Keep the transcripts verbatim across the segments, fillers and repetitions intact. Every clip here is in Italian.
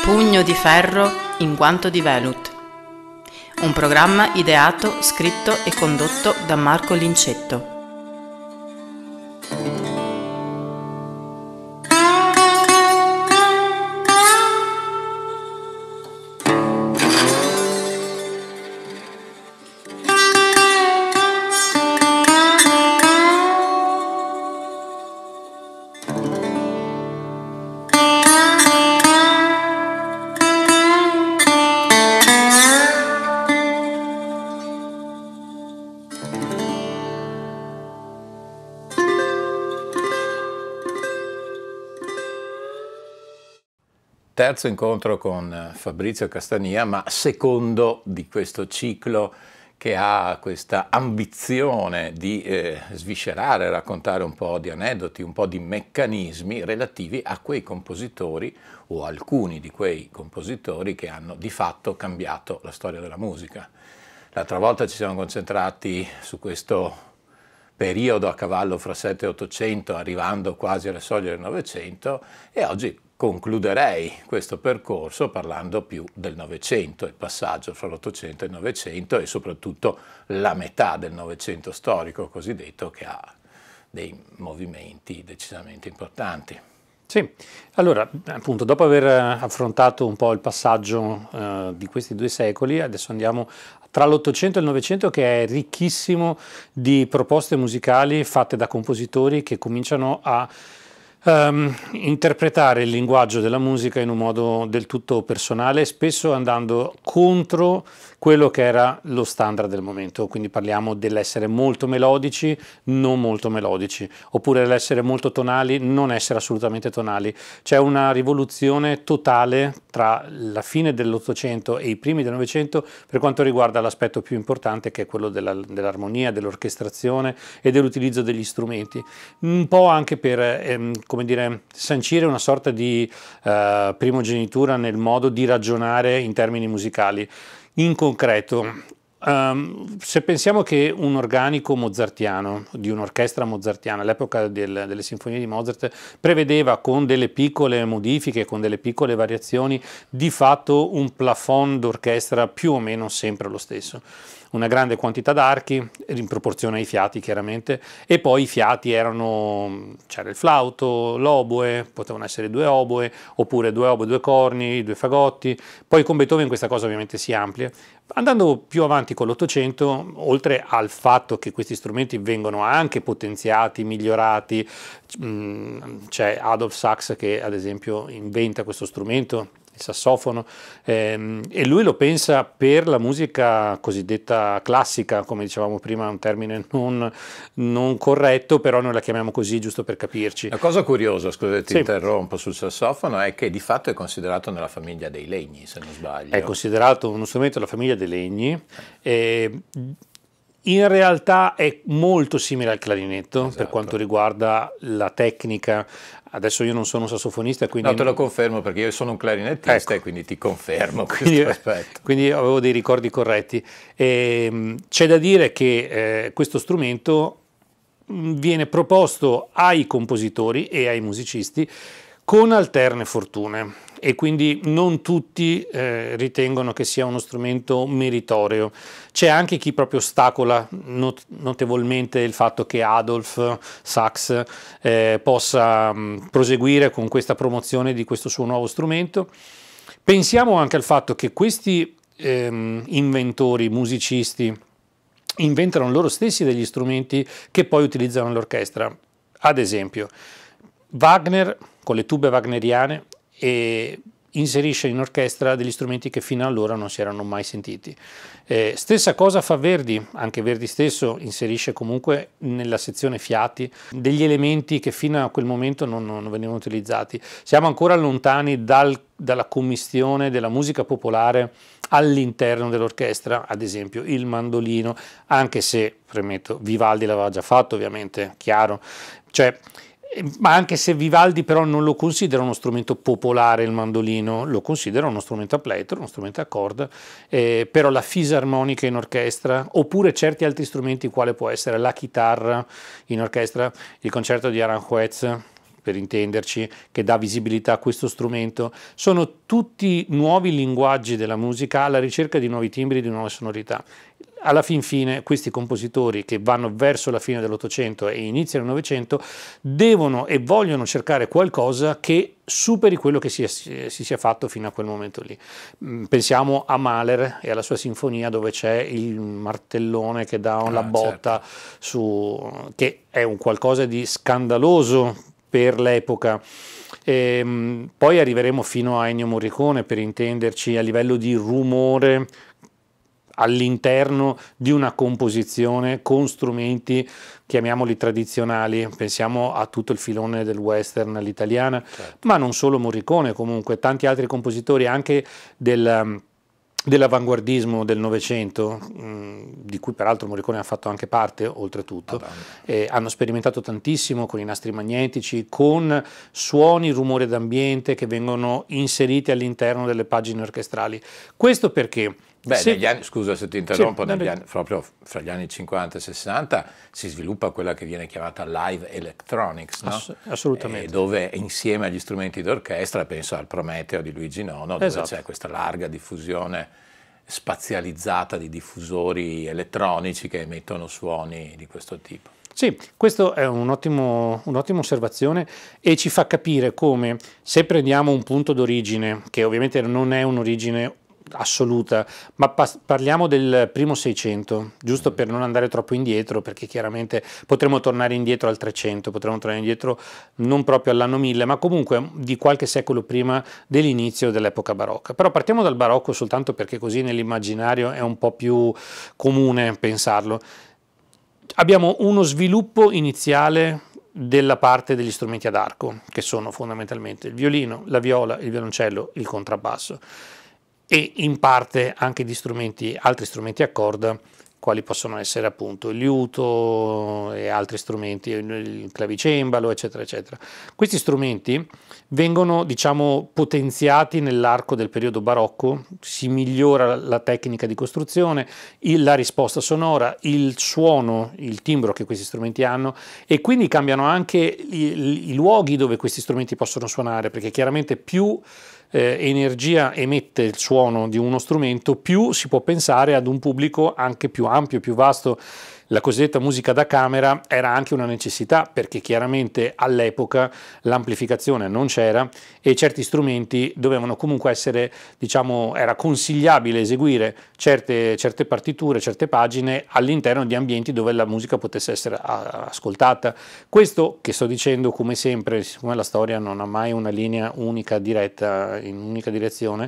Pugno di ferro in guanto di velut. Un programma ideato, scritto e condotto da Marco Lincetto. Terzo incontro con Fabrizio Castania, ma secondo di questo ciclo che ha questa ambizione di eh, sviscerare, raccontare un po' di aneddoti, un po' di meccanismi relativi a quei compositori o alcuni di quei compositori che hanno di fatto cambiato la storia della musica. L'altra volta ci siamo concentrati su questo periodo a cavallo fra settecento e ottocento, arrivando quasi alle soglie del Novecento, e oggi concluderei questo percorso parlando più del Novecento, il passaggio fra l'Ottocento e il Novecento e soprattutto la metà del Novecento storico cosiddetto, che ha dei movimenti decisamente importanti. Sì, allora appunto dopo aver affrontato un po' il passaggio eh, di questi due secoli, adesso andiamo tra l'Ottocento e il Novecento, che è ricchissimo di proposte musicali fatte da compositori che cominciano a Um, interpretare il linguaggio della musica in un modo del tutto personale, spesso andando contro quello che era lo standard del momento. Quindi parliamo dell'essere molto melodici, non molto melodici, oppure dell'essere molto tonali, non essere assolutamente tonali. C'è una rivoluzione totale tra la fine dell'Ottocento e i primi del Novecento per quanto riguarda l'aspetto più importante, che è quello della, dell'armonia, dell'orchestrazione e dell'utilizzo degli strumenti. Un po' anche per ehm, come dire, sancire una sorta di uh, primogenitura nel modo di ragionare in termini musicali. In concreto, um, se pensiamo che un organico mozartiano, di un'orchestra mozartiana, all'epoca del, delle sinfonie di Mozart, prevedeva con delle piccole modifiche, con delle piccole variazioni, di fatto un plafond d'orchestra più o meno sempre lo stesso. Una grande quantità d'archi, in proporzione ai fiati chiaramente, e poi i fiati erano, c'era il flauto, l'oboe, potevano essere due oboe, oppure due oboe, due corni, due fagotti. Poi con Beethoven questa cosa ovviamente si amplia. Andando più avanti con l'Ottocento, oltre al fatto che questi strumenti vengono anche potenziati, migliorati, c'è Adolf Sax che ad esempio inventa questo strumento, il sassofono, ehm, e lui lo pensa per la musica cosiddetta classica, come dicevamo prima, un termine non, non corretto, però noi la chiamiamo così giusto per capirci. La cosa curiosa, scusate, ti sì. interrompo sul sassofono, è che di fatto è considerato nella famiglia dei legni, se non sbaglio. È considerato uno strumento della famiglia dei legni. E in realtà è molto simile al clarinetto, esatto, per quanto riguarda la tecnica. Adesso io non sono un sassofonista, quindi... No, te lo confermo perché io sono un clarinettista, ecco, e quindi ti confermo quindi, questo aspetto. Quindi avevo dei ricordi corretti. C'è da dire che eh, questo strumento viene proposto ai compositori e ai musicisti con alterne fortune, e quindi non tutti eh, ritengono che sia uno strumento meritorio. C'è anche chi proprio ostacola not notevolmente il fatto che Adolf Sax eh, possa mh, proseguire con questa promozione di questo suo nuovo strumento. Pensiamo anche al fatto che questi ehm, inventori, musicisti, inventano loro stessi degli strumenti che poi utilizzano l'orchestra. Ad esempio, Wagner con le tube wagneriane e inserisce in orchestra degli strumenti che fino allora non si erano mai sentiti. Eh, stessa cosa fa Verdi, anche Verdi stesso inserisce comunque nella sezione fiati degli elementi che fino a quel momento non, non venivano utilizzati. Siamo ancora lontani dal, dalla commistione della musica popolare all'interno dell'orchestra, ad esempio il mandolino, anche se, premetto, Vivaldi l'aveva già fatto ovviamente, chiaro, cioè ma anche se Vivaldi però non lo considera uno strumento popolare il mandolino, lo considera uno strumento a plettro, uno strumento a corda, eh, però la fisarmonica in orchestra, oppure certi altri strumenti quale può essere la chitarra in orchestra, il concerto di Aranjuez per intenderci, che dà visibilità a questo strumento, sono tutti nuovi linguaggi della musica alla ricerca di nuovi timbri, di nuove sonorità. Alla fin fine questi compositori che vanno verso la fine dell'Ottocento e iniziano il Novecento devono e vogliono cercare qualcosa che superi quello che si, è, si sia fatto fino a quel momento lì. Pensiamo a Mahler e alla sua sinfonia, dove c'è il martellone che dà una ah, botta, certo. su, che è un qualcosa di scandaloso per l'epoca. E, poi arriveremo fino a Ennio Morricone, per intenderci, a livello di rumore all'interno di una composizione con strumenti, chiamiamoli tradizionali. Pensiamo a tutto il filone del western all'italiana, certo. Ma non solo Morricone, comunque tanti altri compositori anche del dell'avanguardismo del Novecento, di cui peraltro Morricone ha fatto anche parte, oltretutto, eh, hanno sperimentato tantissimo con i nastri magnetici, con suoni, rumori d'ambiente che vengono inseriti all'interno delle pagine orchestrali. Questo perché? Beh, se... negli anni, scusa se ti interrompo, sì, negli anni, proprio fra gli anni cinquanta e sessanta si sviluppa quella che viene chiamata live electronics, no? Ass assolutamente. Eh, dove insieme agli strumenti d'orchestra, penso al Prometeo di Luigi Nono, dove esatto. c'è questa larga diffusione spazializzata di diffusori elettronici che emettono suoni di questo tipo. Sì, questa è un'ottima un osservazione e ci fa capire come, se prendiamo un punto d'origine, che ovviamente non è un'origine assoluta, ma parliamo del primo Seicento, giusto per non andare troppo indietro, perché chiaramente potremmo tornare indietro al trecento, potremmo tornare indietro non proprio all'anno mille, ma comunque di qualche secolo prima dell'inizio dell'epoca barocca. Però partiamo dal barocco soltanto perché così nell'immaginario è un po' più comune pensarlo. Abbiamo uno sviluppo iniziale della parte degli strumenti ad arco, che sono fondamentalmente il violino, la viola, il violoncello, il contrabbasso, e in parte anche di strumenti, altri strumenti a corda, quali possono essere appunto il liuto e altri strumenti, il clavicembalo, eccetera, eccetera. Questi strumenti vengono, diciamo, potenziati nell'arco del periodo barocco, si migliora la tecnica di costruzione, il, la risposta sonora, il suono, il timbro che questi strumenti hanno, e quindi cambiano anche i, i luoghi dove questi strumenti possono suonare, perché chiaramente più Eh, energia emette il suono di uno strumento, più si può pensare ad un pubblico anche più ampio, più vasto. La cosiddetta musica da camera era anche una necessità, perché chiaramente all'epoca l'amplificazione non c'era e certi strumenti dovevano comunque essere, diciamo, era consigliabile eseguire certe, certe partiture, certe pagine all'interno di ambienti dove la musica potesse essere ascoltata. Questo che sto dicendo, come sempre, siccome la storia non ha mai una linea unica diretta in un'unica direzione,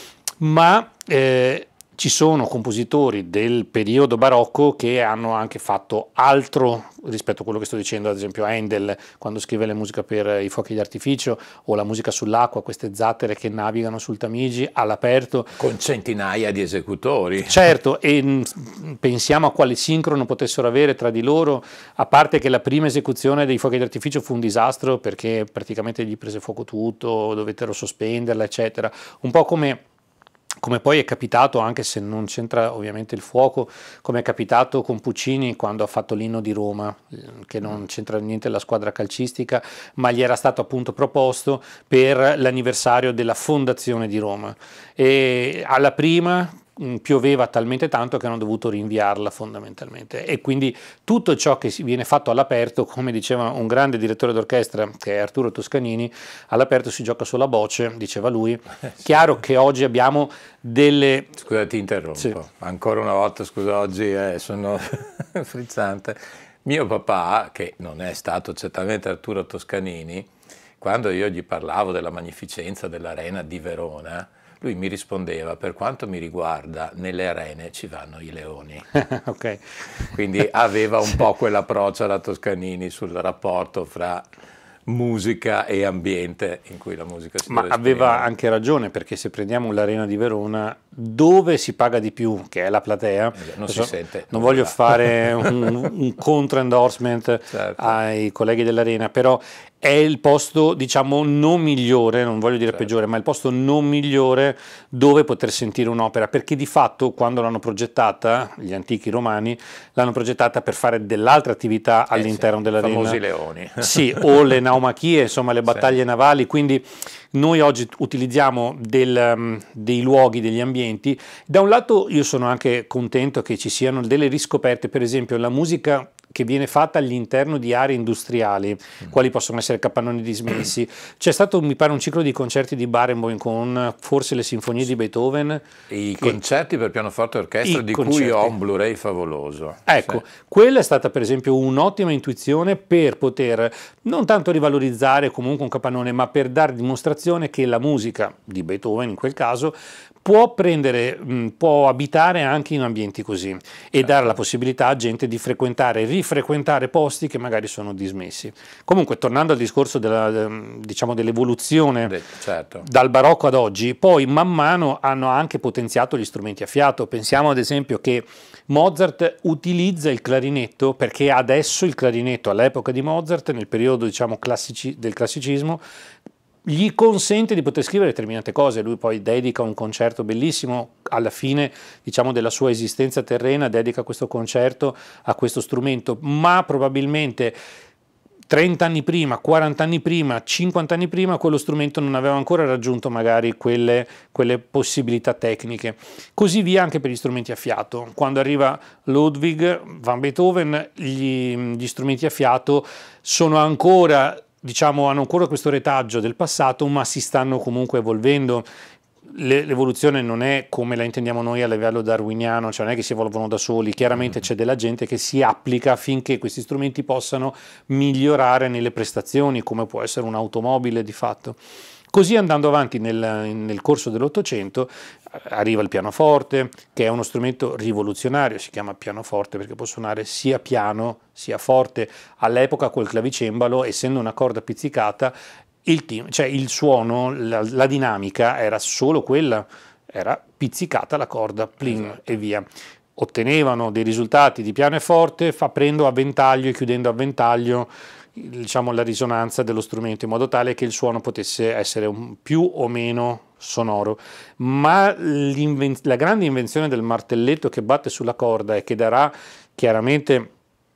ma eh, ci sono compositori del periodo barocco che hanno anche fatto altro rispetto a quello che sto dicendo, ad esempio Handel quando scrive la musica per i fuochi d'artificio, o la musica sull'acqua, queste zattere che navigano sul Tamigi all'aperto. Con centinaia di esecutori. Certo, e pensiamo a quale sincrono potessero avere tra di loro, a parte che la prima esecuzione dei fuochi d'artificio fu un disastro perché praticamente gli prese fuoco tutto, dovettero sospenderla, eccetera. Un po' come... come poi è capitato, anche se non c'entra ovviamente il fuoco, come è capitato con Puccini quando ha fatto l'Inno di Roma, che non c'entra niente la squadra calcistica, ma gli era stato appunto proposto per l'anniversario della fondazione di Roma. E alla prima pioveva talmente tanto che hanno dovuto rinviarla fondamentalmente, e quindi tutto ciò che viene fatto all'aperto, come diceva un grande direttore d'orchestra che è Arturo Toscanini, all'aperto si gioca solo a voce, diceva lui. Chiaro che oggi abbiamo delle... Scusa, ti interrompo, sì. Ancora una volta, scusa, oggi eh, sono frizzante. Mio papà, che non è stato certamente Arturo Toscanini, quando io gli parlavo della magnificenza dell'Arena di Verona, lui mi rispondeva: per quanto mi riguarda, nelle arene ci vanno i leoni. Okay. Quindi aveva un po' quell'approccio alla Toscanini sul rapporto fra musica e ambiente in cui la musica si Ma deve aveva esprimere. anche ragione, perché se prendiamo l'Arena di Verona dove si paga di più, che è la platea. Non si sente. Non voglio fare un, un contro endorsement certo. ai colleghi dell'Arena, però è il posto, diciamo, non migliore, non voglio dire certo. peggiore, ma il posto non migliore dove poter sentire un'opera, perché di fatto quando l'hanno progettata, gli antichi romani, l'hanno progettata per fare dell'altra attività eh all'interno sì, dell'Arena. Famosi leoni. Sì, o le naumachie, insomma le battaglie sì. navali, quindi noi oggi utilizziamo del, um, dei luoghi, degli ambienti. Da un lato io sono anche contento che ci siano delle riscoperte, per esempio la musica che viene fatta all'interno di aree industriali, mm. quali possono essere capannoni dismessi. C'è stato, mi pare, un ciclo di concerti di Barenboim con forse le sinfonie di Beethoven. I che, concerti per pianoforte e orchestra di concerti. Cui ho un Blu-ray favoloso. Ecco, sì. quella è stata per esempio un'ottima intuizione per poter non tanto rivalorizzare comunque un capannone, ma per dare dimostrazione che la musica di Beethoven in quel caso può prendere, mh, può abitare anche in ambienti così e certo. dare la possibilità a gente di frequentare, rifrequentare posti che magari sono dismessi. Comunque, tornando al discorso della, diciamo, dell'evoluzione certo. dal barocco ad oggi, poi man mano hanno anche potenziato gli strumenti a fiato. Pensiamo ad esempio che Mozart utilizza il clarinetto perché adesso il clarinetto all'epoca di Mozart, nel periodo diciamo classici, del classicismo, gli consente di poter scrivere determinate cose. Lui poi dedica un concerto bellissimo alla fine diciamo della sua esistenza terrena, dedica questo concerto a questo strumento, ma probabilmente trenta anni prima, quaranta anni prima, cinquanta anni prima quello strumento non aveva ancora raggiunto magari quelle, quelle possibilità tecniche. Così via anche per gli strumenti a fiato. Quando arriva Ludwig van Beethoven gli, gli strumenti a fiato sono ancora diciamo hanno ancora questo retaggio del passato, ma si stanno comunque evolvendo. L'evoluzione non è come la intendiamo noi a livello darwiniano, cioè non è che si evolvono da soli, chiaramente c'è della gente che si applica affinché questi strumenti possano migliorare nelle prestazioni, come può essere un'automobile di fatto. Così andando avanti nel, nel corso dell'Ottocento arriva il pianoforte, che è uno strumento rivoluzionario, si chiama pianoforte perché può suonare sia piano sia forte. All'epoca col clavicembalo, essendo una corda pizzicata, il, team, cioè il suono, la, la dinamica era solo quella, era pizzicata la corda, plin esatto. e via. Ottenevano dei risultati di piano e forte aprendo a ventaglio e chiudendo a ventaglio diciamo la risonanza dello strumento, in modo tale che il suono potesse essere un più o meno sonoro. Ma la grande invenzione del martelletto che batte sulla corda e che darà chiaramente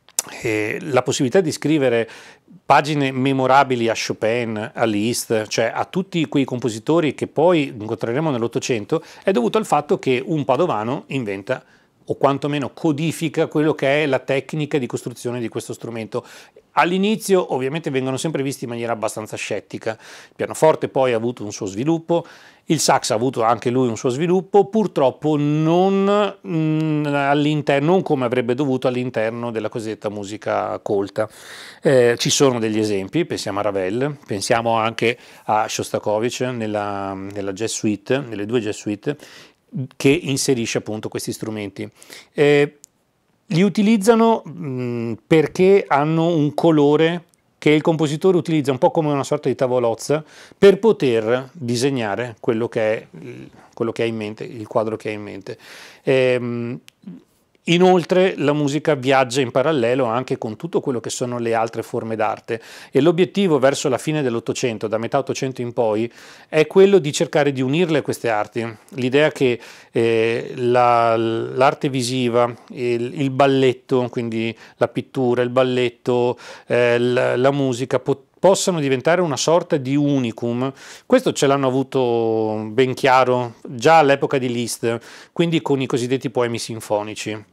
eh, la possibilità di scrivere pagine memorabili a Chopin, a Liszt, cioè a tutti quei compositori che poi incontreremo nell'Ottocento, è dovuto al fatto che un padovano inventa o quantomeno codifica quello che è la tecnica di costruzione di questo strumento. All'inizio ovviamente vengono sempre visti in maniera abbastanza scettica, il pianoforte poi ha avuto un suo sviluppo, il sax ha avuto anche lui un suo sviluppo, purtroppo non, mm, all'interno, non come avrebbe dovuto all'interno della cosiddetta musica colta. Eh, ci sono degli esempi, pensiamo a Ravel, pensiamo anche a Shostakovich nella, nella jazz suite, nelle due jazz suite, che inserisce appunto questi strumenti. Eh, li utilizzano mh, perché hanno un colore che il compositore utilizza un po' come una sorta di tavolozza per poter disegnare quello che è, quello che ha in mente, il quadro che ha in mente. Eh, Inoltre la musica viaggia in parallelo anche con tutto quello che sono le altre forme d'arte e l'obiettivo verso la fine dell'Ottocento, da metà Ottocento in poi, è quello di cercare di unirle a queste arti. L'idea che eh, l'arte visiva, il, il balletto, quindi la pittura, il balletto, eh, la, la musica pot possano diventare una sorta di unicum. Questo ce l'hanno avuto ben chiaro già all'epoca di Liszt, quindi con i cosiddetti poemi sinfonici.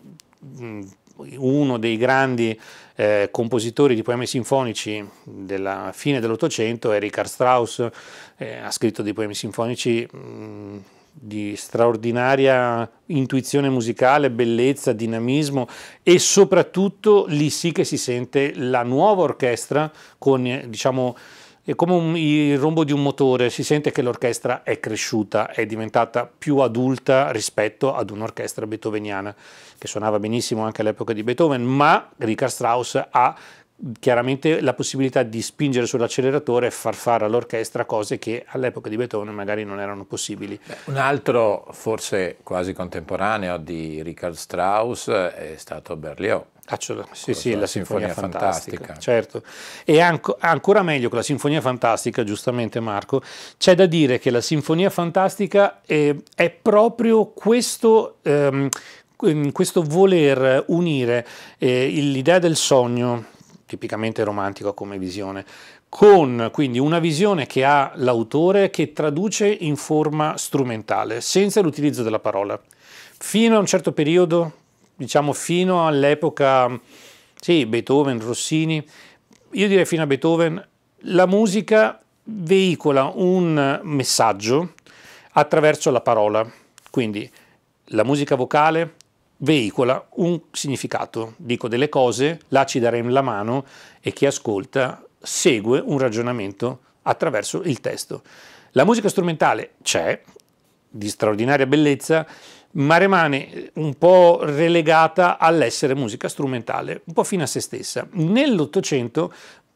Uno dei grandi eh, compositori di poemi sinfonici della fine dell'Ottocento è Richard Strauss, eh, ha scritto dei poemi sinfonici mh, di straordinaria intuizione musicale, bellezza, dinamismo e soprattutto lì sì che si sente la nuova orchestra con, diciamo, è come un, il rombo di un motore, si sente che l'orchestra è cresciuta, è diventata più adulta rispetto ad un'orchestra beethoveniana che suonava benissimo anche all'epoca di Beethoven, ma Richard Strauss ha chiaramente la possibilità di spingere sull'acceleratore e far fare all'orchestra cose che all'epoca di Beethoven magari non erano possibili. Beh, un altro, forse quasi contemporaneo, di Richard Strauss è stato Berlioz. Ah, cioè, sì, sì, la Sinfonia, Sinfonia fantastica, fantastica, certo. E anco, ancora meglio con la Sinfonia fantastica, giustamente Marco, c'è da dire che la Sinfonia fantastica è, è proprio questo, ehm, questo voler unire eh, l'idea del sogno, tipicamente romantico come visione, con quindi una visione che ha l'autore che traduce in forma strumentale, senza l'utilizzo della parola. Fino a un certo periodo, diciamo fino all'epoca, sì, Beethoven, Rossini, io direi fino a Beethoven, la musica veicola un messaggio attraverso la parola, quindi la musica vocale veicola un significato, dico delle cose, là ci daremo la mano e chi ascolta segue un ragionamento attraverso il testo. La musica strumentale c'è, di straordinaria bellezza, ma rimane un po' relegata all'essere musica strumentale, un po' fino a se stessa. Nell'Ottocento,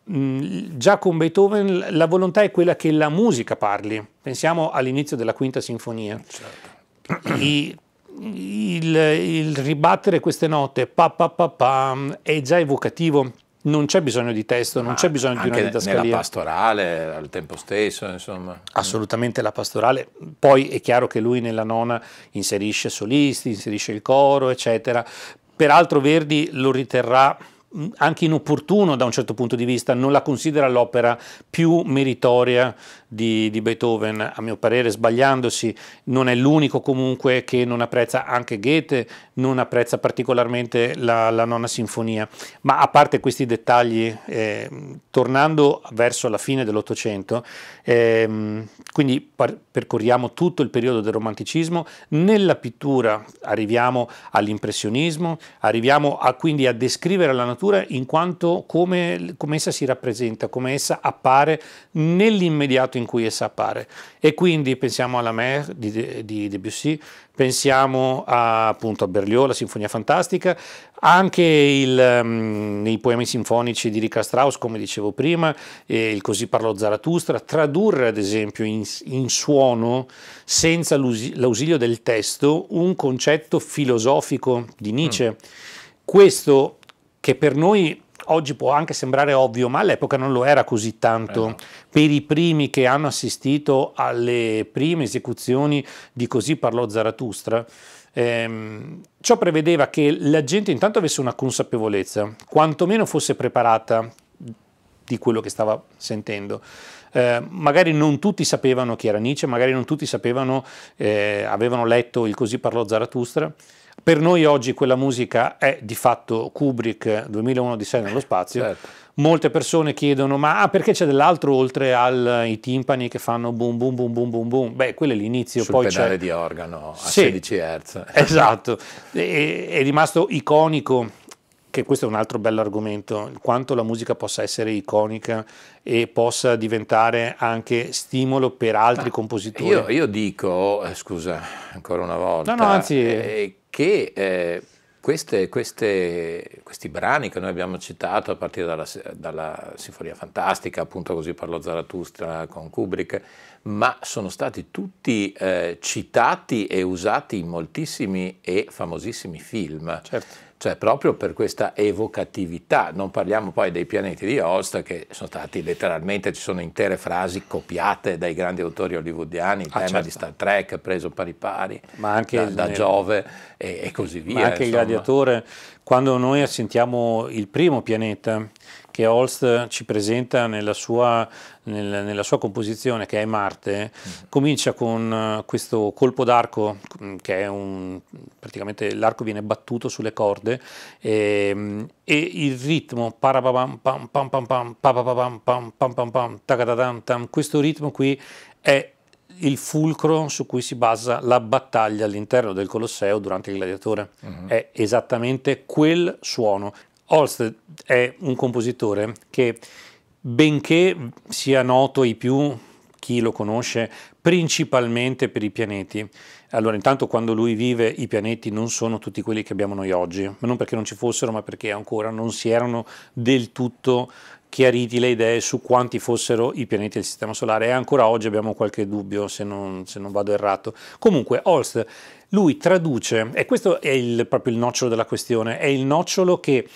già con Beethoven, la volontà è quella che la musica parli. Pensiamo all'inizio della Quinta Sinfonia. Certo. I, il, il ribattere queste note pa, pa, pa, pa, è già evocativo. Non c'è bisogno di testo, non c'è bisogno di una didascalia. Nella pastorale al tempo stesso, insomma. Assolutamente la pastorale. Poi è chiaro che lui nella nona inserisce solisti, inserisce il coro, eccetera. Peraltro Verdi lo riterrà anche inopportuno da un certo punto di vista, non la considera l'opera più meritoria di, di Beethoven, a mio parere sbagliandosi. Non è l'unico comunque che non apprezza, anche Goethe non apprezza particolarmente la, la nona sinfonia, ma a parte questi dettagli, eh, tornando verso la fine dell'Ottocento, eh, quindi par- percorriamo tutto il periodo del romanticismo, nella pittura arriviamo all'impressionismo, arriviamo a, quindi a descrivere la natura in quanto come, come essa si rappresenta, come essa appare nell'immediato in cui essa appare. E quindi pensiamo alla Mer di, di Debussy, pensiamo a, appunto a Berlioz, la Sinfonia fantastica, anche il, um, nei poemi sinfonici di Richard Strauss, come dicevo prima, eh, il Così parlò Zarathustra, tradurre ad esempio in, in suono, senza l'ausilio del testo, un concetto filosofico di Nietzsche. Mm. Questo che per noi oggi può anche sembrare ovvio, ma all'epoca non lo era così tanto. Eh no. Per i primi che hanno assistito alle prime esecuzioni di Così parlò Zarathustra, ehm, ciò prevedeva che la gente intanto avesse una consapevolezza, quantomeno fosse preparata di quello che stava sentendo. Eh, magari non tutti sapevano chi era Nietzsche, magari non tutti sapevano, eh, avevano letto il Così parlò Zarathustra. Per noi oggi quella musica è di fatto Kubrick, duemilauno Odissea nello spazio. Certo. Molte persone chiedono, ma ah, perché c'è dell'altro oltre ai timpani che fanno boom boom boom boom boom boom? Beh, quello è l'inizio. Sul poi pedale c'è di organo a sì, sedici hertz. Esatto, è, è rimasto iconico, che questo è un altro bello argomento, quanto la musica possa essere iconica e possa diventare anche stimolo per altri ma compositori. Io, io dico, eh, scusa ancora una volta, no, no, anzi, eh, che eh, queste, queste, questi brani che noi abbiamo citato a partire dalla, dalla Sinfonia fantastica, appunto Così parlò Zarathustra con Kubrick, ma sono stati tutti eh, citati e usati in moltissimi e famosissimi film. Certo. Cioè proprio per questa evocatività. Non parliamo poi dei pianeti di Holst, che sono stati letteralmente, ci sono intere frasi copiate dai grandi autori hollywoodiani, il ah, tema certo. di Star Trek preso pari pari, ma anche da, il, da Giove e, e così via. Ma anche insomma. Il Gladiatore, quando noi sentiamo il primo pianeta che Holst ci presenta nella sua, nel, nella sua composizione, che è Marte, mm. comincia con questo colpo d'arco, che è un, praticamente l'arco viene battuto sulle corde, e, e il ritmo, questo ritmo qui è il fulcro su cui si basa la battaglia all'interno del Colosseo durante il Gladiatore. Mm. È esattamente quel suono. Holst è un compositore che, benché sia noto ai più chi lo conosce, principalmente per i pianeti. Allora, intanto quando lui vive i pianeti non sono tutti quelli che abbiamo noi oggi, ma non perché non ci fossero, ma perché ancora non si erano del tutto chiariti le idee su quanti fossero i pianeti del Sistema Solare, e ancora oggi abbiamo qualche dubbio, se non, se non vado errato. Comunque Holst, lui traduce, e questo è il, proprio il nocciolo della questione, è il nocciolo che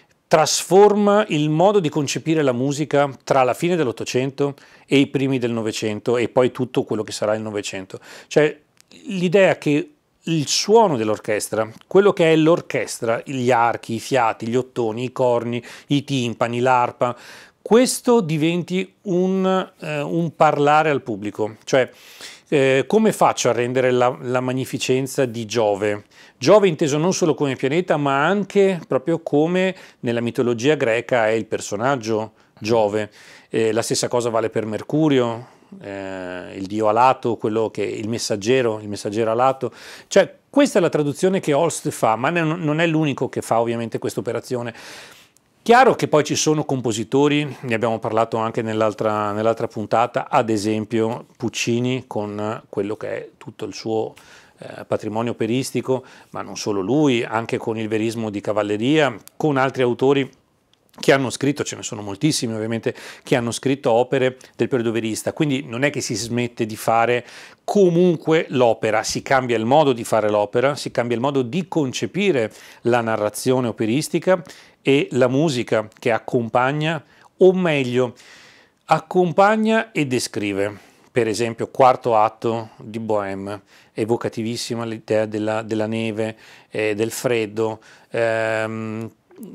trasforma il modo di concepire la musica tra la fine dell'Ottocento e i primi del Novecento, e poi tutto quello che sarà il Novecento. Cioè l'idea che il suono dell'orchestra, quello che è l'orchestra, gli archi, i fiati, gli ottoni, i corni, i timpani, l'arpa, questo diventi un, eh, un parlare al pubblico. Cioè, eh, come faccio a rendere la, la magnificenza di Giove? Giove inteso non solo come pianeta, ma anche proprio come nella mitologia greca è il personaggio Giove. Eh, la stessa cosa vale per Mercurio, Eh, il dio alato, quello che il messaggero, il messaggero alato. Cioè, questa è la traduzione che Holst fa, ma non è l'unico che fa ovviamente questa operazione. Chiaro che poi ci sono compositori, ne abbiamo parlato anche nell'altra nell'altra puntata, ad esempio Puccini con quello che è tutto il suo eh, patrimonio operistico, ma non solo lui, anche con il verismo di cavalleria, con altri autori che hanno scritto, ce ne sono moltissimi ovviamente, che hanno scritto opere del periodo verista, quindi non è che si smette di fare comunque l'opera, si cambia il modo di fare l'opera, si cambia il modo di concepire la narrazione operistica e la musica che accompagna, o meglio, accompagna e descrive. Per esempio, quarto atto di Bohème, evocativissima l'idea della, della neve, eh, del freddo, ehm,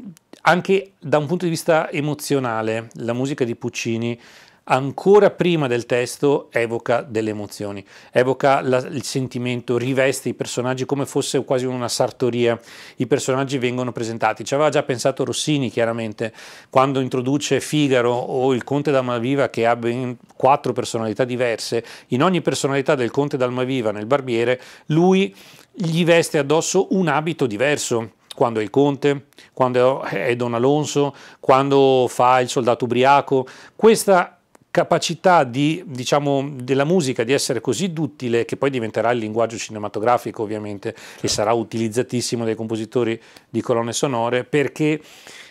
anche da un punto di vista emozionale, la musica di Puccini, ancora prima del testo, evoca delle emozioni, evoca la, il sentimento, riveste i personaggi come fosse quasi una sartoria. I personaggi vengono presentati. Ci aveva già pensato Rossini, chiaramente, quando introduce Figaro o il Conte d'Almaviva, che ha ben quattro personalità diverse. In ogni personalità del Conte d'Almaviva, nel Barbiere, lui gli veste addosso un abito diverso. Quando è il conte, quando è Don Alonso, quando fa il soldato ubriaco. Questa capacità di, diciamo, della musica di essere così duttile, che poi diventerà il linguaggio cinematografico ovviamente, certo, e sarà utilizzatissimo dai compositori di colonne sonore, perché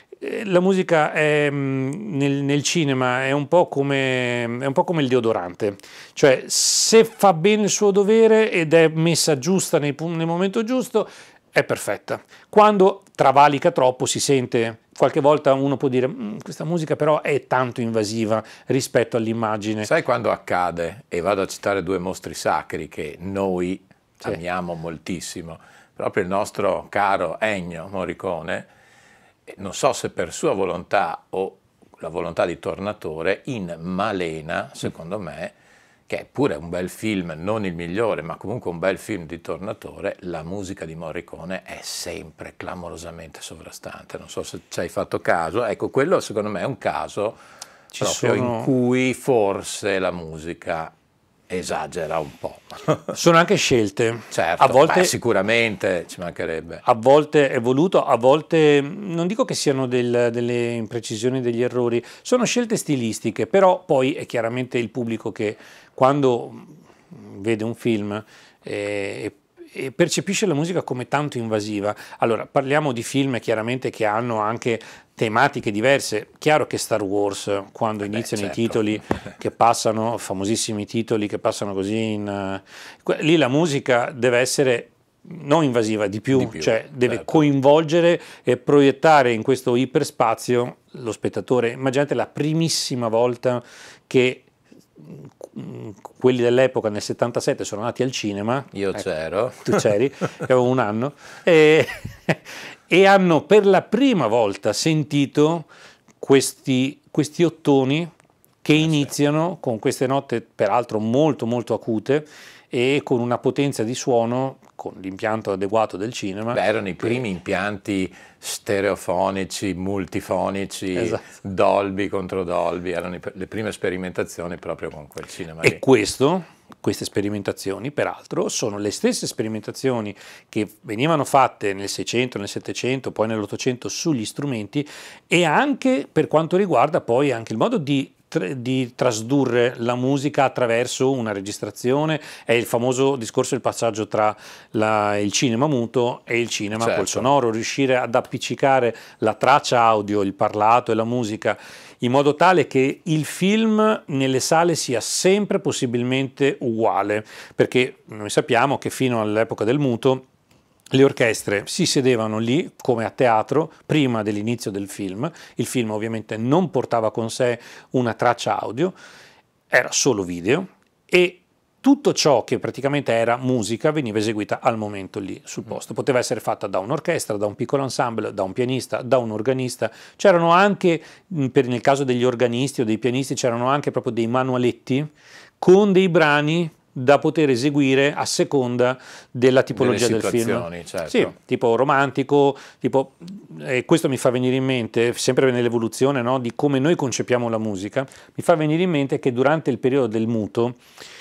la musica è, nel, nel cinema è un po' come, è un po' come il deodorante, cioè se fa bene il suo dovere ed è messa giusta nel, nel momento giusto, è perfetta. Quando travalica troppo si sente, qualche volta uno può dire questa musica però è tanto invasiva rispetto all'immagine. Sai quando accade, e vado a citare due mostri sacri che noi sì. amiamo moltissimo, proprio il nostro caro Ennio Morricone, non so se per sua volontà o la volontà di Tornatore, in Malena, secondo me, che è pure un bel film, non il migliore, ma comunque un bel film di Tornatore, la musica di Morricone è sempre clamorosamente sovrastante. Non so se ci hai fatto caso, ecco, quello secondo me è un caso ci proprio sono... in cui forse la musica esagera un po'. Sono anche scelte. Certo, a volte, beh, sicuramente ci mancherebbe. A volte è voluto, a volte non dico che siano del, delle imprecisioni, degli errori, sono scelte stilistiche, però poi è chiaramente il pubblico che quando vede un film eh, e percepisce la musica come tanto invasiva. Allora, parliamo di film chiaramente che hanno anche tematiche diverse. Chiaro che Star Wars, quando Beh, iniziano certo. i titoli che passano, famosissimi titoli che passano così, in, uh, lì la musica deve essere non invasiva, di più, di più cioè deve certo. coinvolgere e proiettare in questo iperspazio lo spettatore. Immaginate la primissima volta che quelli dell'epoca nel settantasette sono andati al cinema. Io ecco, c'ero. Tu c'eri, avevo un anno, e, e hanno per la prima volta sentito questi, questi ottoni che iniziano con queste note peraltro molto molto acute e con una potenza di suono, con l'impianto adeguato del cinema. Beh, erano i primi impianti stereofonici, multifonici, esatto. Dolby contro Dolby, erano i, le prime sperimentazioni proprio con quel cinema e lì. questo, queste sperimentazioni peraltro sono le stesse sperimentazioni che venivano fatte nel Seicento, nel Settecento, poi nell'Ottocento sugli strumenti, e anche per quanto riguarda poi anche il modo di di trasdurre la musica attraverso una registrazione. È il famoso discorso, il passaggio tra la, il cinema muto e il cinema certo. col sonoro, riuscire ad appiccicare la traccia audio, il parlato e la musica in modo tale che il film nelle sale sia sempre possibilmente uguale, perché noi sappiamo che fino all'epoca del muto le orchestre si sedevano lì come a teatro prima dell'inizio del film. Il film ovviamente non portava con sé una traccia audio, era solo video, e tutto ciò che praticamente era musica veniva eseguita al momento lì sul posto. Poteva essere fatta da un'orchestra, da un piccolo ensemble, da un pianista, da un organista. C'erano anche, per nel caso degli organisti o dei pianisti, c'erano anche proprio dei manualetti con dei brani da poter eseguire a seconda della tipologia del film. Certo. Sì, tipo romantico, tipo, e questo mi fa venire in mente, sempre nell'evoluzione, no, di come noi concepiamo la musica, mi fa venire in mente che durante il periodo del muto,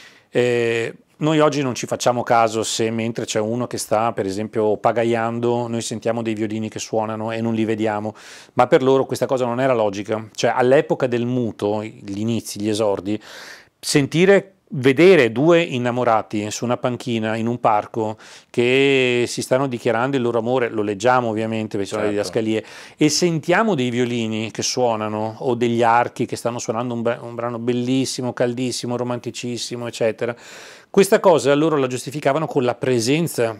eh, noi oggi non ci facciamo caso se mentre c'è uno che sta per esempio pagaiando noi sentiamo dei violini che suonano e non li vediamo, ma per loro questa cosa non era logica. Cioè all'epoca del muto, gli inizi, gli esordi, sentire vedere due innamorati su una panchina in un parco che si stanno dichiarando il loro amore, lo leggiamo ovviamente perché sono le didascalie, e sentiamo dei violini che suonano o degli archi che stanno suonando un, un brano bellissimo, caldissimo, romanticissimo, eccetera. Questa cosa loro la giustificavano con la presenza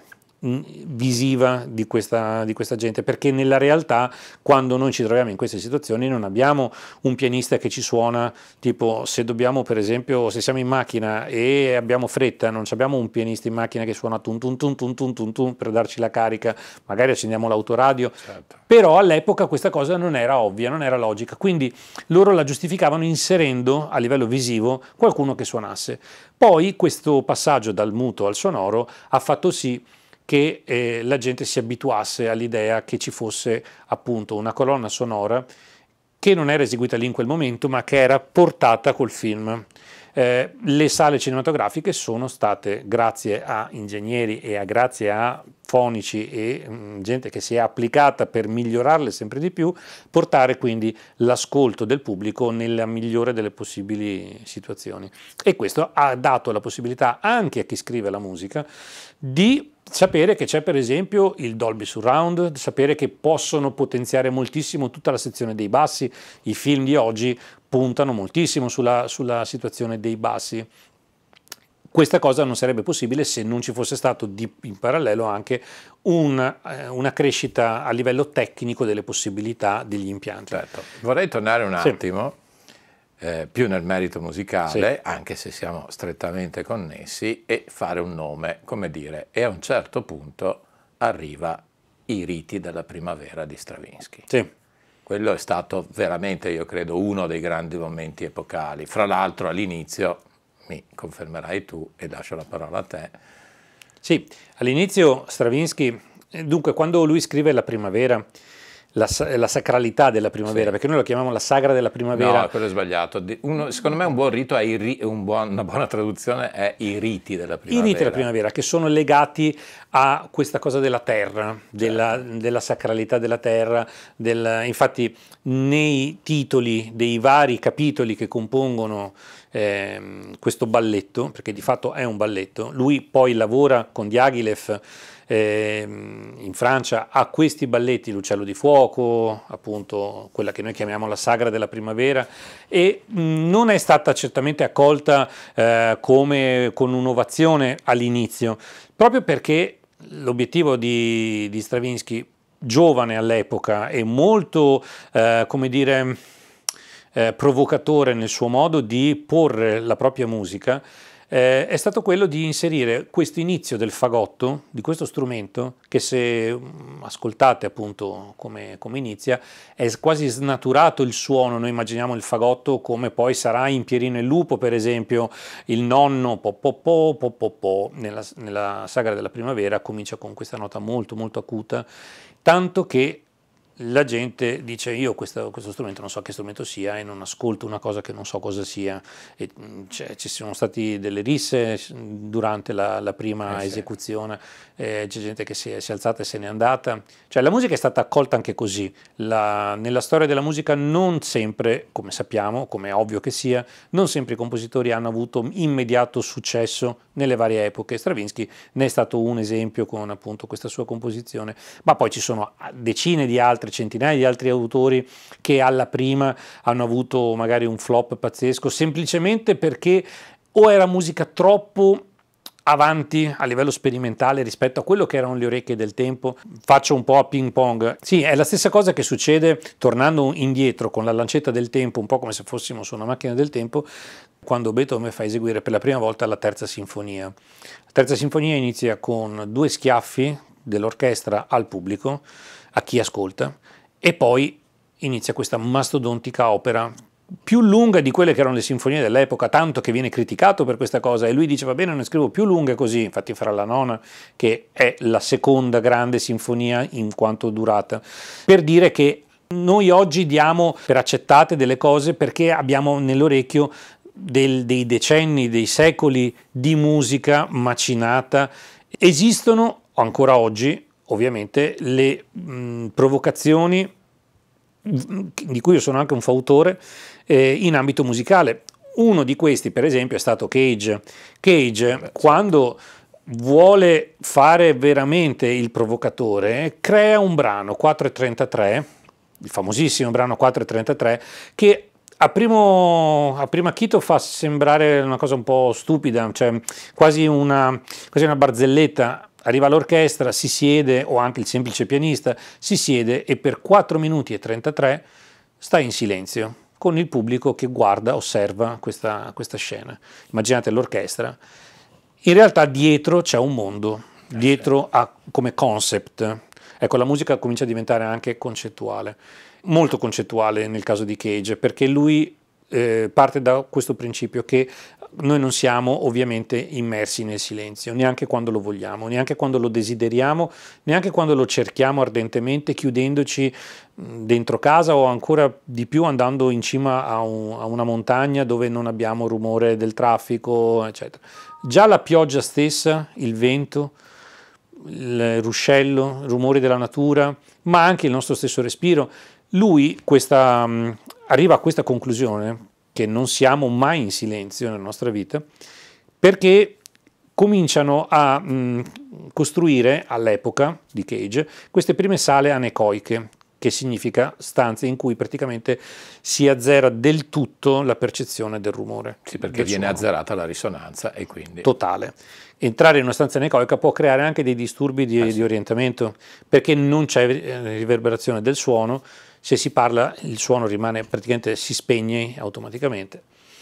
visiva di questa, di questa gente, perché nella realtà quando noi ci troviamo in queste situazioni non abbiamo un pianista che ci suona, tipo se dobbiamo per esempio, se siamo in macchina e abbiamo fretta, non abbiamo un pianista in macchina che suona tun tun tun tun tun tun tun per darci la carica, magari accendiamo l'autoradio, certo. Però all'epoca questa cosa non era ovvia, non era logica, quindi loro la giustificavano inserendo a livello visivo qualcuno che suonasse. Poi questo passaggio dal muto al sonoro ha fatto sì che eh, la gente si abituasse all'idea che ci fosse appunto una colonna sonora che non era eseguita lì in quel momento, ma che era portata col film. Eh, le sale cinematografiche sono state, grazie a ingegneri e a, grazie a fonici e mh, gente che si è applicata per migliorarle sempre di più, portare quindi l'ascolto del pubblico nella migliore delle possibili situazioni. E questo ha dato la possibilità anche a chi scrive la musica di sapere che c'è per esempio il Dolby Surround, sapere che possono potenziare moltissimo tutta la sezione dei bassi. I film di oggi puntano moltissimo sulla, sulla situazione dei bassi. Questa cosa non sarebbe possibile se non ci fosse stato di, in parallelo anche un, eh, una crescita a livello tecnico delle possibilità degli impianti. Certo. Vorrei tornare un Sì. attimo eh, più nel merito musicale, Sì. anche se siamo strettamente connessi, e fare un nome, come dire, e a un certo punto arriva I riti della primavera di Stravinsky. Sì. Quello è stato veramente, io credo, uno dei grandi momenti epocali. Fra l'altro all'inizio, mi confermerai tu e lascio la parola a te. Sì, all'inizio Stravinsky, dunque quando lui scrive La primavera, la, la sacralità della primavera, sì. Perché noi lo chiamiamo la sagra della primavera. No, quello è sbagliato. Uno, secondo me un buon rito è i ri, un buon, una buona traduzione è i riti della primavera. I riti della primavera, che sono legati a questa cosa della terra, della, certo. della sacralità della terra. Del, infatti nei titoli dei vari capitoli che compongono eh, questo balletto, perché di fatto è un balletto, lui poi lavora con Diaghilev Eh, in Francia a questi balletti, l'Uccello di Fuoco, appunto quella che noi chiamiamo la sagra della primavera, e mh, non è stata certamente accolta eh, come con un'ovazione all'inizio, proprio perché l'obiettivo di, di Stravinsky, giovane all'epoca e molto, eh, come dire, eh, provocatore nel suo modo di porre la propria musica, Eh, è stato quello di inserire questo inizio del fagotto, di questo strumento, che se um, ascoltate appunto come, come inizia, è quasi snaturato il suono. Noi immaginiamo il fagotto come poi sarà in Pierino il Lupo, per esempio, il nonno po po po po po po, nella, nella sagra della primavera comincia con questa nota molto molto acuta, tanto che la gente dice io questo, questo strumento non so che strumento sia e non ascolto una cosa che non so cosa sia, e ci sono state delle risse durante la, la prima eh sì. esecuzione, eh, c'è gente che si è, si è alzata e se n'è andata, cioè la musica è stata accolta anche così, la, nella storia della musica non sempre, come sappiamo, come è ovvio che sia, non sempre i compositori hanno avuto immediato successo nelle varie epoche. Stravinsky ne è stato un esempio con appunto questa sua composizione, ma poi ci sono decine di altri, centinaia di altri autori che alla prima hanno avuto magari un flop pazzesco semplicemente perché o era musica troppo avanti a livello sperimentale rispetto a quello che erano le orecchie del tempo. Faccio un po' a ping pong. Sì, è la stessa cosa che succede tornando indietro con la lancetta del tempo, un po' come se fossimo su una macchina del tempo, quando Beethoven fa eseguire per la prima volta la terza sinfonia. La terza sinfonia inizia con due schiaffi dell'orchestra al pubblico, a chi ascolta, e poi inizia questa mastodontica opera più lunga di quelle che erano le sinfonie dell'epoca, tanto che viene criticato per questa cosa, e lui dice va bene, ne scrivo più lunghe così, infatti farà la nona, che è la seconda grande sinfonia in quanto durata, per dire che noi oggi diamo per accettate delle cose perché abbiamo nell'orecchio del, dei decenni, dei secoli di musica macinata. Esistono ancora oggi ovviamente le mh, provocazioni di cui io sono anche un fautore eh, in ambito musicale. Uno di questi per esempio è stato Cage. Cage Beh, quando vuole fare veramente il provocatore crea un brano quattro e trentatré, il famosissimo brano quattro e trentatré, che a, primo, a primo acchito fa sembrare una cosa un po' stupida, cioè quasi una, quasi una barzelletta. Arriva l'orchestra, si siede, o anche il semplice pianista, si siede e per quattro minuti e trentatré sta in silenzio, con il pubblico che guarda, osserva questa, questa scena. Immaginate l'orchestra. In realtà dietro c'è un mondo, dietro a, come concept. Ecco, la musica comincia a diventare anche concettuale, molto concettuale nel caso di Cage, perché lui eh, parte da questo principio che noi non siamo ovviamente immersi nel silenzio, neanche quando lo vogliamo, neanche quando lo desideriamo, neanche quando lo cerchiamo ardentemente, chiudendoci dentro casa o ancora di più andando in cima a, un, a una montagna dove non abbiamo rumore del traffico, eccetera. Già la pioggia stessa, il vento, il ruscello, i rumori della natura, ma anche il nostro stesso respiro, lui questa, um, arriva a questa conclusione che non siamo mai in silenzio nella nostra vita, perché cominciano a mh, costruire all'epoca di Cage queste prime sale anecoiche, che significa stanze in cui praticamente si azzera del tutto la percezione del rumore. Sì, perché viene suono. azzerata la risonanza e quindi... Totale. Entrare in una stanza anecoica può creare anche dei disturbi di, ah, sì. di orientamento, perché non c'è riverberazione del suono. Se si parla il suono rimane praticamente, si spegne automaticamente.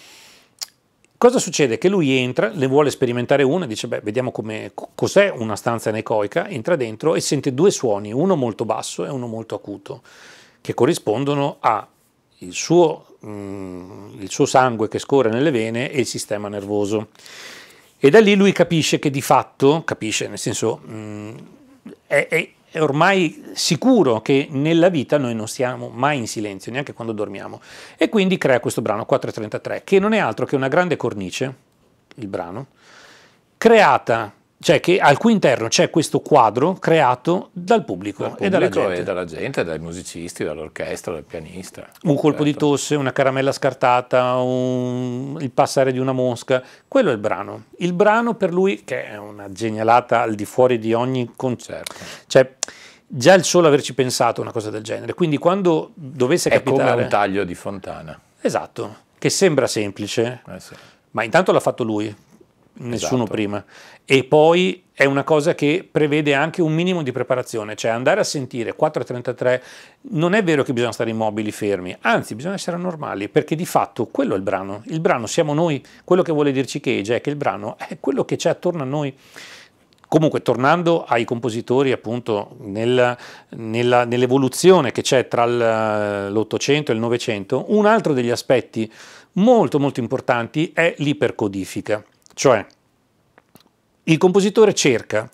Cosa succede? Che lui entra, ne vuole sperimentare una, dice beh vediamo cos'è una stanza anecoica, entra dentro e sente due suoni, uno molto basso e uno molto acuto, che corrispondono al suo, mm, il suo sangue che scorre nelle vene e il sistema nervoso. E da lì lui capisce che di fatto, capisce nel senso, mm, è, è è ormai sicuro che nella vita noi non stiamo mai in silenzio, neanche quando dormiamo, e quindi crea questo brano quattro e trentatré, che non è altro che una grande cornice, il brano, creata, cioè che al cui interno c'è questo quadro creato dal pubblico, dal e dalla pubblico gente. e dalla gente, dai musicisti, dall'orchestra, dal pianista. Un colpo certo. di tosse, una caramella scartata, un... il passare di una mosca, quello è il brano. Il brano per lui, che è una genialata al di fuori di ogni concetto, cioè già il solo averci pensato una cosa del genere, quindi quando dovesse è capitare... È come un taglio di fontana. Esatto, che sembra semplice, eh sì. ma intanto l'ha fatto lui, nessuno esatto. prima, e poi è una cosa che prevede anche un minimo di preparazione, cioè andare a sentire quattro e trentatré non è vero che bisogna stare immobili, fermi, anzi bisogna essere normali, perché di fatto quello è il brano, il brano siamo noi, quello che vuole dirci Cage è che il brano è quello che c'è attorno a noi. Comunque, tornando ai compositori, appunto, nel, nella, nell'evoluzione che c'è tra l'Ottocento e il Novecento, un altro degli aspetti molto molto importanti è l'ipercodifica, cioè il compositore cerca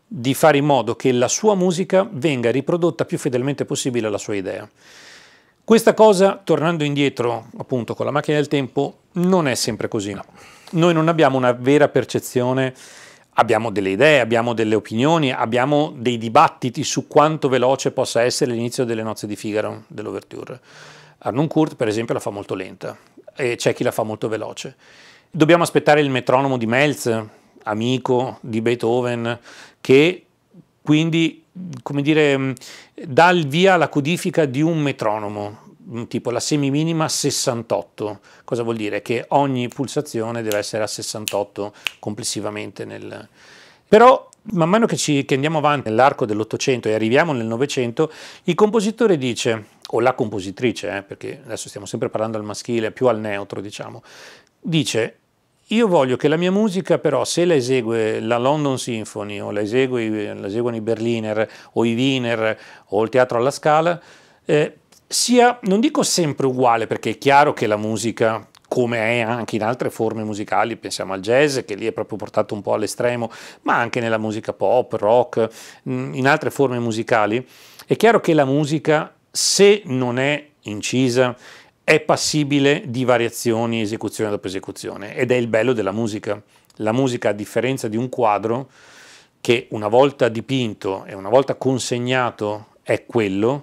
di fare in modo che la sua musica venga riprodotta più fedelmente possibile alla sua idea. Questa cosa, tornando indietro appunto con la macchina del tempo, non è sempre così. No. Noi non abbiamo una vera percezione, abbiamo delle idee, abbiamo delle opinioni, abbiamo dei dibattiti su quanto veloce possa essere l'inizio delle Nozze di Figaro, dell'Ouverture. Harnoncourt per esempio la fa molto lenta e c'è chi la fa molto veloce. Dobbiamo aspettare il metronomo di Melz, amico di Beethoven, che quindi, come dire, dà il via alla codifica di un metronomo, tipo la semiminima sessantotto. Cosa vuol dire? Che ogni pulsazione deve essere a sessantotto complessivamente. Nel... Però man mano che, ci, che andiamo avanti nell'arco dell'Ottocento e arriviamo nel Novecento, il compositore dice, o la compositrice, eh, perché adesso stiamo sempre parlando al maschile, più al neutro diciamo, dice: io voglio che la mia musica però, se la esegue la London Symphony o la, esegue, la eseguono i Berliner o i Wiener o il Teatro alla Scala, eh, sia, non dico sempre uguale, perché è chiaro che la musica, come è anche in altre forme musicali, pensiamo al jazz che lì è proprio portato un po' all'estremo, ma anche nella musica pop, rock, in altre forme musicali, è chiaro che la musica, se non è incisa, è passibile di variazioni esecuzione dopo esecuzione, ed è il bello della musica. La musica, a differenza di un quadro che una volta dipinto e una volta consegnato è quello,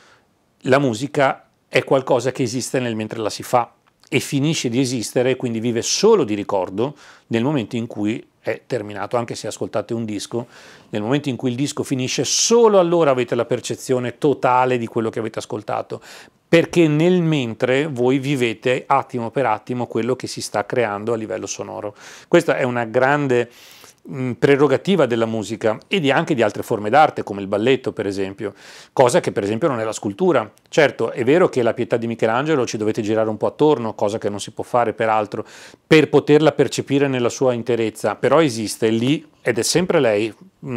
la musica è qualcosa che esiste nel mentre la si fa e finisce di esistere, quindi vive solo di ricordo nel momento in cui è terminato. Anche se ascoltate un disco, nel momento in cui il disco finisce, solo allora avete la percezione totale di quello che avete ascoltato, perché nel mentre voi vivete attimo per attimo quello che si sta creando a livello sonoro. Questa è una grande mh, prerogativa della musica e di, anche di altre forme d'arte come il balletto per esempio, cosa che per esempio non è la scultura. Certo, è vero che la Pietà di Michelangelo ci dovete girare un po' attorno, cosa che non si può fare peraltro, per poterla percepire nella sua interezza, però esiste lì ed è sempre lei,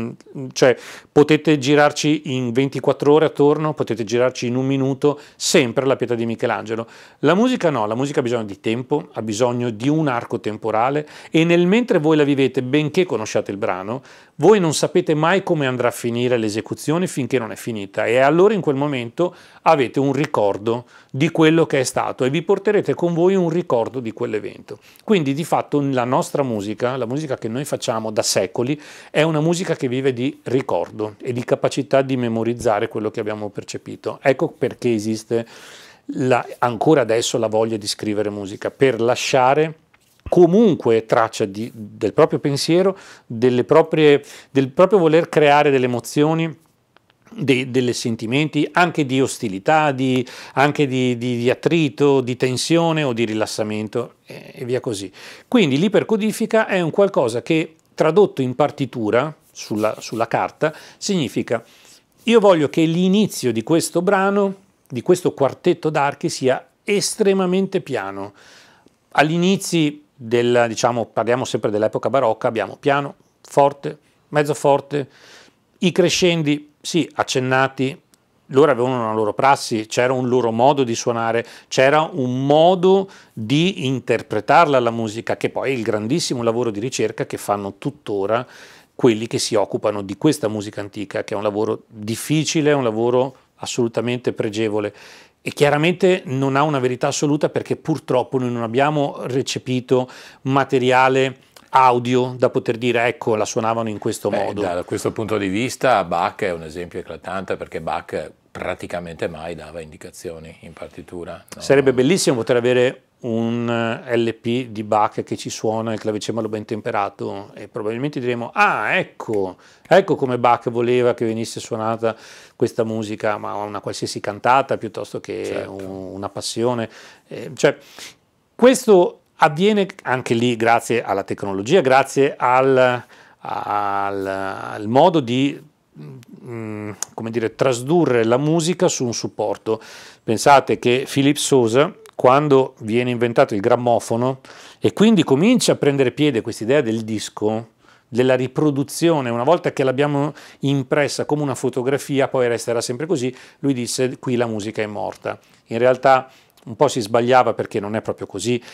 cioè potete girarci in ventiquattro ore attorno, potete girarci in un minuto, sempre la Pietà di Michelangelo. La musica no, la musica ha bisogno di tempo, ha bisogno di un arco temporale e nel mentre voi la vivete, benché conosciate il brano, voi non sapete mai come andrà a finire l'esecuzione finché non è finita e allora in quel momento avete un ricordo di quello che è stato e vi porterete con voi un ricordo di quell'evento. Quindi di fatto la nostra musica, la musica che noi facciamo da secoli, è una musica che vive di ricordo e di capacità di memorizzare quello che abbiamo percepito. Ecco perché esiste la, ancora adesso la voglia di scrivere musica, per lasciare comunque traccia di, del proprio pensiero, delle proprie, del proprio voler creare delle emozioni, dei, delle sentimenti, anche di ostilità, di, anche di, di, di attrito, di tensione o di rilassamento e, e via così. Quindi l'ipercodifica è un qualcosa che tradotto in partitura sulla, sulla carta significa: io voglio che l'inizio di questo brano, di questo quartetto d'archi, sia estremamente piano. All'inizio del, diciamo, parliamo sempre dell'epoca barocca, abbiamo piano, forte, mezzo forte, i crescendi, sì, accennati, loro avevano una loro prassi, c'era un loro modo di suonare, c'era un modo di interpretarla la musica, che poi è il grandissimo lavoro di ricerca che fanno tuttora quelli che si occupano di questa musica antica, che è un lavoro difficile, è un lavoro assolutamente pregevole. E chiaramente non ha una verità assoluta perché purtroppo noi non abbiamo recepito materiale audio da poter dire ecco la suonavano in questo Beh, modo. Da questo punto di vista Bach è un esempio eclatante perché Bach praticamente mai dava indicazioni in partitura. No? Sarebbe bellissimo poter avere un L P di Bach che ci suona il clavicembalo ben temperato e probabilmente diremo ah ecco, ecco come Bach voleva che venisse suonata questa musica, ma una qualsiasi cantata piuttosto che certo. un, una passione. Eh, cioè, questo avviene anche lì grazie alla tecnologia, grazie al, al, al modo di mh, come dire, trasdurre la musica su un supporto. Pensate che Philippe Sousa, quando viene inventato il grammofono e quindi comincia a prendere piede questa idea del disco, della riproduzione, una volta che l'abbiamo impressa come una fotografia, poi resterà sempre così, lui disse qui la musica è morta. In realtà un po' si sbagliava perché non è proprio così,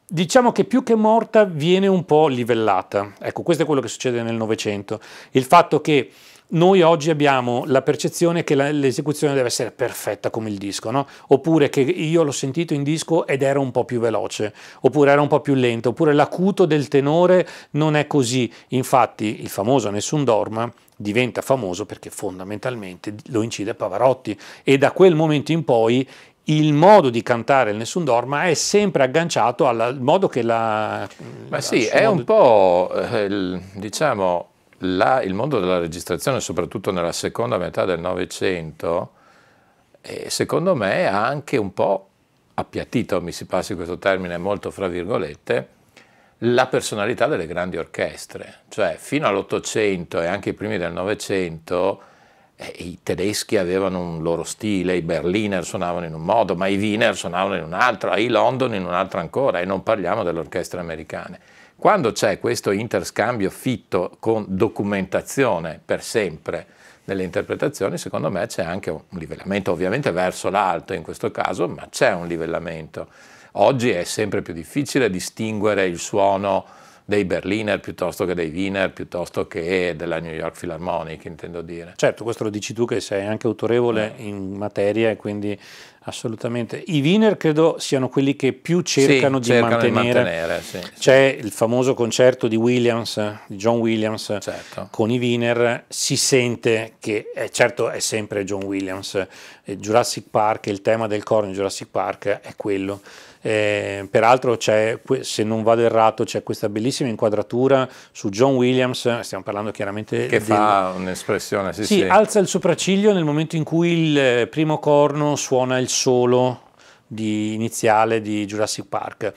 diciamo che più che morta viene un po' livellata. Ecco, questo è quello che succede nel Novecento. Il fatto che noi oggi abbiamo la percezione che l'esecuzione deve essere perfetta come il disco, no? Oppure che io l'ho sentito in disco ed era un po' più veloce, oppure era un po' più lento, oppure l'acuto del tenore non è così. Infatti il famoso Nessun Dorma diventa famoso perché fondamentalmente lo incide Pavarotti, e da quel momento in poi il modo di cantare il Nessun Dorma è sempre agganciato al modo che la... Ma sì, è modo... un po', eh, il, diciamo... La, il mondo della registrazione, soprattutto nella seconda metà del Novecento, eh, secondo me ha anche un po' appiattito, mi si passi questo termine molto fra virgolette, la personalità delle grandi orchestre. Cioè fino all'Ottocento e anche i primi del Novecento eh, i tedeschi avevano un loro stile, i Berliner suonavano in un modo, ma i Wiener suonavano in un altro, i London in un altro ancora, e non parliamo delle orchestre americane. Quando c'è questo interscambio fitto con documentazione per sempre nelle interpretazioni, secondo me c'è anche un livellamento, ovviamente verso l'alto in questo caso, ma c'è un livellamento. Oggi è sempre più difficile distinguere il suono dei Berliner piuttosto che dei Wiener, piuttosto che della New York Philharmonic, intendo dire. Certo, questo lo dici tu che sei anche autorevole eh. in materia, e quindi assolutamente. I Wiener credo siano quelli che più cercano, sì, di cercano mantenere. Di mantenere sì, C'è sì. il famoso concerto di Williams, di John Williams, certo. con i Wiener, si sente che, eh, certo è sempre John Williams, eh, Jurassic Park, il tema del coro in Jurassic Park è quello. Eh, peraltro c'è, se non vado errato, c'è questa bellissima inquadratura su John Williams, stiamo parlando chiaramente che del... fa un'espressione sì, sì, sì, alza il sopracciglio nel momento in cui il primo corno suona il solo di, iniziale di Jurassic Park.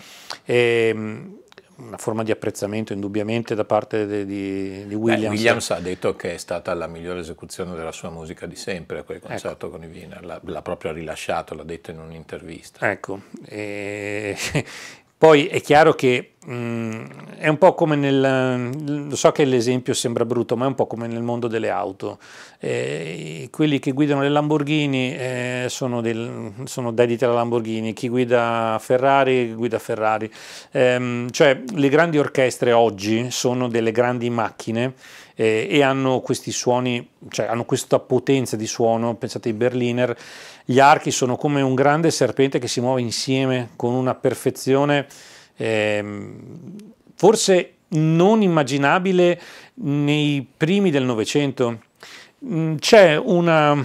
E, una forma di apprezzamento indubbiamente da parte di, di, di Williams. Beh, Williams ha detto che è stata la migliore esecuzione della sua musica di sempre, quel concerto, ecco, con i Wiener, l'ha proprio rilasciato, l'ha detto in un'intervista. Ecco, e... poi è chiaro che mh, è un po' come nel, lo so che l'esempio sembra brutto, ma è un po' come nel mondo delle auto. Eh, quelli che guidano le Lamborghini eh, sono, del, sono dediti alla Lamborghini, chi guida Ferrari guida Ferrari. Eh, cioè le grandi orchestre oggi sono delle grandi macchine eh, e hanno questi suoni, cioè hanno questa potenza di suono. Pensate ai Berliner, gli archi sono come un grande serpente che si muove insieme con una perfezione eh, forse non immaginabile nei primi del Novecento. C'è una,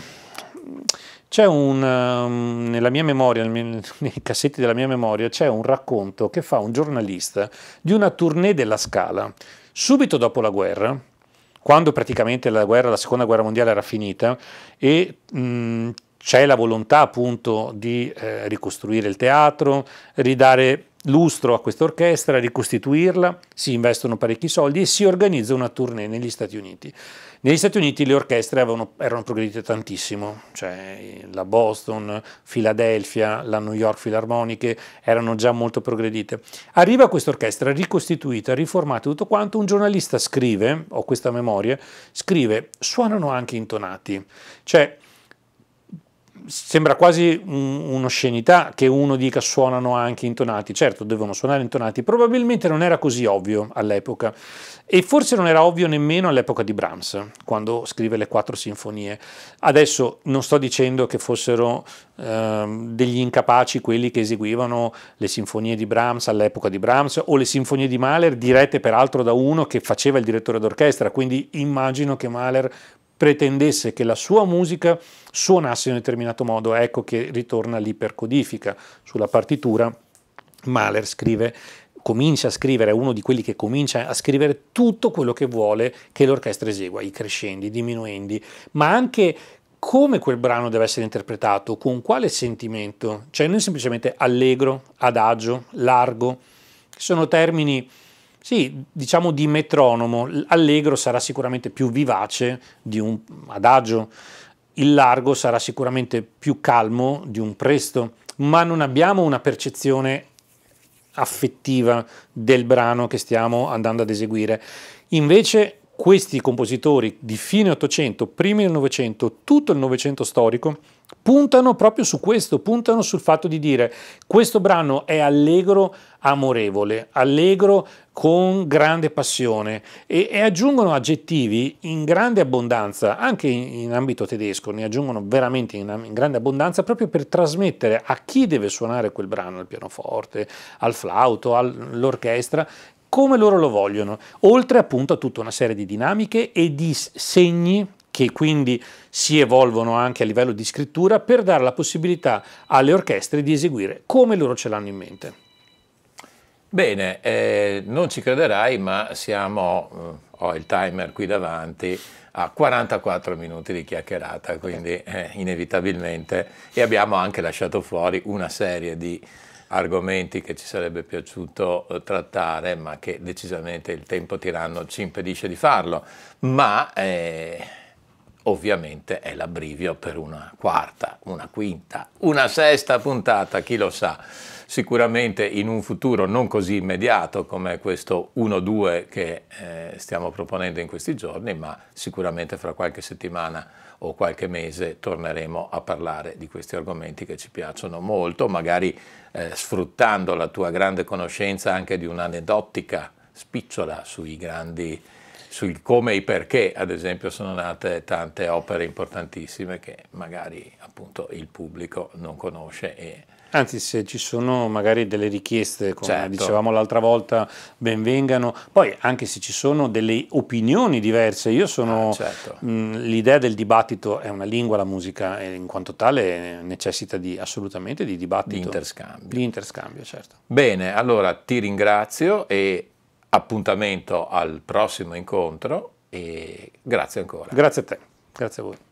c'è una, nella mia memoria, nei cassetti della mia memoria, c'è un racconto che fa un giornalista di una tournée della Scala subito dopo la guerra, quando praticamente la guerra, la seconda guerra mondiale era finita, e mh, c'è la volontà appunto di eh, ricostruire il teatro, ridare lustro a questa orchestra, ricostituirla, si investono parecchi soldi e si organizza una tournée negli Stati Uniti. Negli Stati Uniti le orchestre avevano, erano progredite tantissimo, cioè la Boston, Philadelphia, la New York Philharmonic erano già molto progredite. Arriva questa orchestra ricostituita, riformata, tutto quanto, un giornalista scrive, ho questa memoria, scrive, suonano anche intonati, cioè sembra quasi un, un'oscenità che uno dica suonano anche intonati. Certo, devono suonare intonati, probabilmente non era così ovvio all'epoca, e forse non era ovvio nemmeno all'epoca di Brahms, quando scrive le quattro sinfonie. Adesso non sto dicendo che fossero eh, degli incapaci quelli che eseguivano le sinfonie di Brahms all'epoca di Brahms, o le sinfonie di Mahler, dirette peraltro da uno che faceva il direttore d'orchestra, quindi immagino che Mahler pretendesse che la sua musica suonasse in un determinato modo. Ecco che ritorna l'ipercodifica sulla partitura. Mahler scrive, comincia a scrivere, è uno di quelli che comincia a scrivere tutto quello che vuole che l'orchestra esegua, i crescendi, i diminuendi, ma anche come quel brano deve essere interpretato, con quale sentimento, cioè non semplicemente allegro, adagio, largo, sono termini, sì, diciamo di metronomo. Allegro sarà sicuramente più vivace di un adagio, il largo sarà sicuramente più calmo di un presto, ma non abbiamo una percezione affettiva del brano che stiamo andando ad eseguire. Invece questi compositori di fine Ottocento, primi del Novecento, tutto il Novecento storico, puntano proprio su questo, puntano sul fatto di dire questo brano è allegro, amorevole, allegro con grande passione e, e aggiungono aggettivi in grande abbondanza, anche in, in ambito tedesco, ne aggiungono veramente in, in grande abbondanza proprio per trasmettere a chi deve suonare quel brano, al pianoforte, al flauto, all'orchestra, come loro lo vogliono, oltre appunto a tutta una serie di dinamiche e di segni che quindi si evolvono anche a livello di scrittura per dare la possibilità alle orchestre di eseguire come loro ce l'hanno in mente. Bene, eh, non ci crederai, ma siamo, eh, ho il timer qui davanti, a quarantaquattro minuti di chiacchierata, quindi eh, inevitabilmente, e abbiamo anche lasciato fuori una serie di argomenti che ci sarebbe piaciuto eh, trattare, ma che decisamente il tempo tiranno ci impedisce di farlo, ma eh, ovviamente è l'abbrivio per una quarta, una quinta, una sesta puntata, chi lo sa. Sicuramente in un futuro non così immediato come questo uno due che eh, stiamo proponendo in questi giorni, ma sicuramente fra qualche settimana o qualche mese torneremo a parlare di questi argomenti che ci piacciono molto, magari eh, sfruttando la tua grande conoscenza anche di un'aneddotica spicciola sui grandi, sul come e i perché, ad esempio, sono nate tante opere importantissime che magari appunto il pubblico non conosce. E anzi, se ci sono magari delle richieste, come certo, dicevamo l'altra volta, ben vengano. Poi anche se ci sono delle opinioni diverse, io sono, ah, certo. l'idea del dibattito è una lingua, la musica, e in quanto tale necessita di, assolutamente di dibattito. Di interscambio. Di interscambio, certo. Bene, allora ti ringrazio e appuntamento al prossimo incontro e grazie ancora. Grazie a te, grazie a voi.